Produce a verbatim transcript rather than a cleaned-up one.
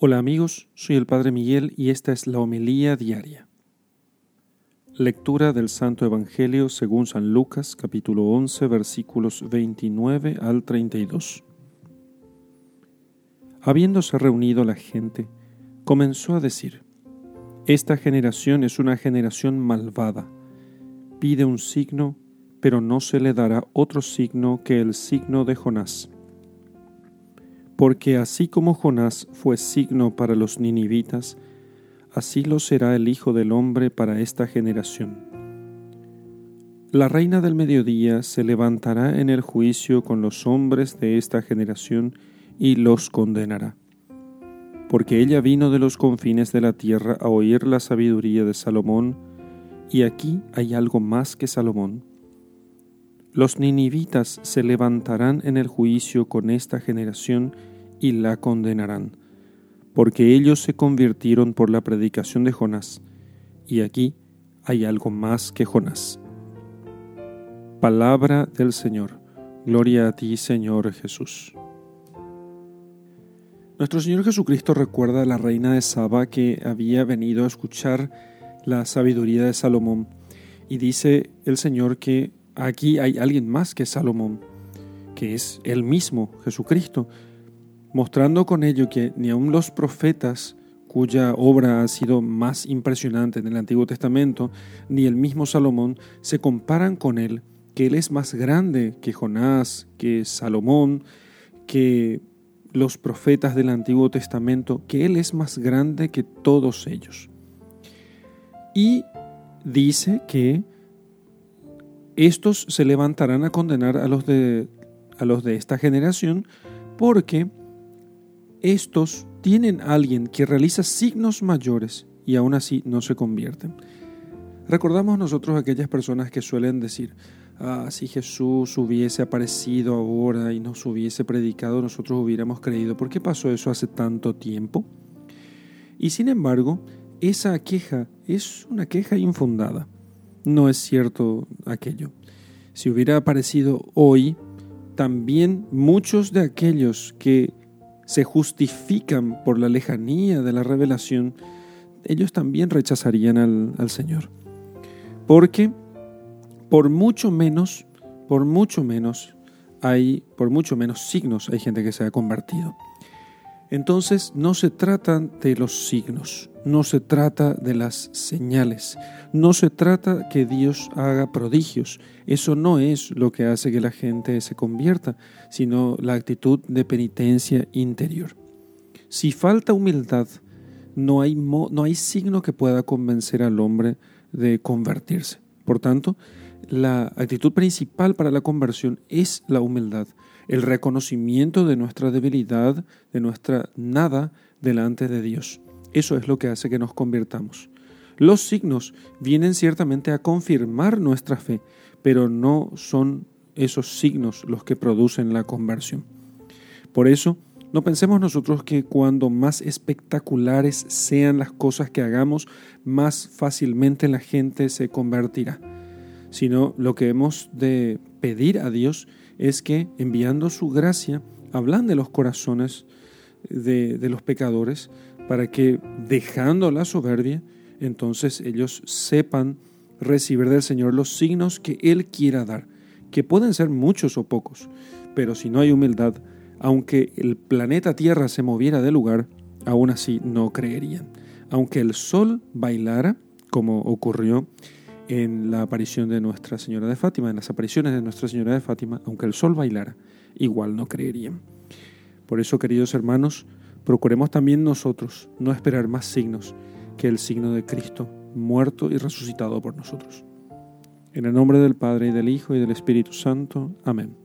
Hola amigos, soy el Padre Miguel y esta es la homilía diaria. Lectura del Santo Evangelio según San Lucas, capítulo once, versículos veintinueve al treinta y dos. Habiéndose reunido la gente, comenzó a decir: Esta generación es una generación malvada. Pide un signo, pero no se le dará otro signo que el signo de Jonás. Porque así como Jonás fue signo para los ninivitas, así lo será el Hijo del Hombre para esta generación. La reina del mediodía se levantará en el juicio con los hombres de esta generación y los condenará. Porque ella vino de los confines de la tierra a oír la sabiduría de Salomón, y aquí hay algo más que Salomón. Los ninivitas se levantarán en el juicio con esta generación y la condenarán, porque ellos se convirtieron por la predicación de Jonás, y aquí hay algo más que Jonás. Palabra del Señor. Gloria a ti, Señor Jesús. Nuestro Señor Jesucristo recuerda a la reina de Saba que había venido a escuchar la sabiduría de Salomón, y dice el Señor que aquí hay alguien más que Salomón, que es Él mismo, Jesucristo, mostrando con ello que ni aun los profetas, cuya obra ha sido más impresionante en el Antiguo Testamento, ni el mismo Salomón se comparan con Él, que Él es más grande que Jonás, que Salomón, que los profetas del Antiguo Testamento, que Él es más grande que todos ellos. Y dice que estos se levantarán a condenar a los de, a los de esta generación porque estos tienen a alguien que realiza signos mayores y aún así no se convierten. Recordamos nosotros aquellas personas que suelen decir: ah, si Jesús hubiese aparecido ahora y nos hubiese predicado, nosotros hubiéramos creído. ¿Por qué pasó eso hace tanto tiempo? Y sin embargo, esa queja es una queja infundada. No es cierto aquello. Si hubiera aparecido hoy, también muchos de aquellos que se justifican por la lejanía de la revelación, ellos también rechazarían al, al Señor. Porque por mucho menos, por mucho menos, hay, por mucho menos signos hay gente que se ha convertido. Entonces no se trata de los signos, no se trata de las señales, no se trata que Dios haga prodigios. Eso no es lo que hace que la gente se convierta, sino la actitud de penitencia interior. Si falta humildad, no hay, mo- no hay signo que pueda convencer al hombre de convertirse. Por tanto, la actitud principal para la conversión es la humildad, el reconocimiento de nuestra debilidad, de nuestra nada delante de Dios. Eso es lo que hace que nos convirtamos. Los signos vienen ciertamente a confirmar nuestra fe, pero no son esos signos los que producen la conversión. Por eso, no pensemos nosotros que cuando más espectaculares sean las cosas que hagamos, más fácilmente la gente se convertirá, sino lo que hemos de pedir a Dios es que, enviando su gracia, ablande los corazones de, de los pecadores, para que, dejando la soberbia, entonces ellos sepan recibir del Señor los signos que Él quiera dar, que pueden ser muchos o pocos, pero si no hay humildad, aunque el planeta Tierra se moviera de lugar, aún así no creerían. Aunque el sol bailara, como ocurrió en la aparición de Nuestra Señora de Fátima, en las apariciones de Nuestra Señora de Fátima, aunque el sol bailara, igual no creerían. Por eso, queridos hermanos, procuremos también nosotros no esperar más signos que el signo de Cristo, muerto y resucitado por nosotros. En el nombre del Padre, y del Hijo, y del Espíritu Santo. Amén.